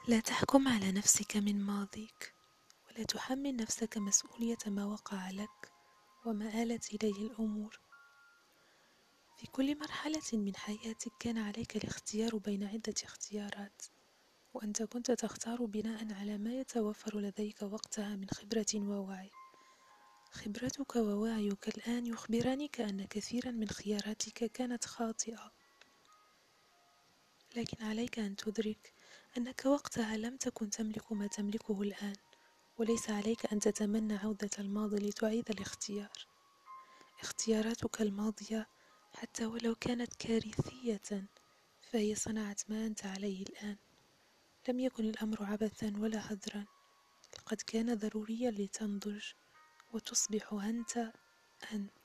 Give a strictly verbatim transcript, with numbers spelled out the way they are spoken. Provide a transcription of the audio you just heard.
لا تحكم على نفسك من ماضيك، ولا تحمل نفسك مسؤولية ما وقع لك وما آلت إليه الأمور. في كل مرحلة من حياتك كان عليك الاختيار بين عدة اختيارات، وأنت كنت تختار بناء على ما يتوفر لديك وقتها من خبرة ووعي. خبرتك ووعيك الآن يخبرانك أن كثيرا من خياراتك كانت خاطئة، لكن عليك أن تدرك أنك وقتها لم تكن تملك ما تملكه الآن، وليس عليك أن تتمنى عودة الماضي لتعيد الاختيار. اختياراتك الماضية حتى ولو كانت كارثية فهي صنعت ما أنت عليه الآن. لم يكن الأمر عبثا ولا هدرا، قد كان ضروريا لتنضج وتصبح أنت أنت.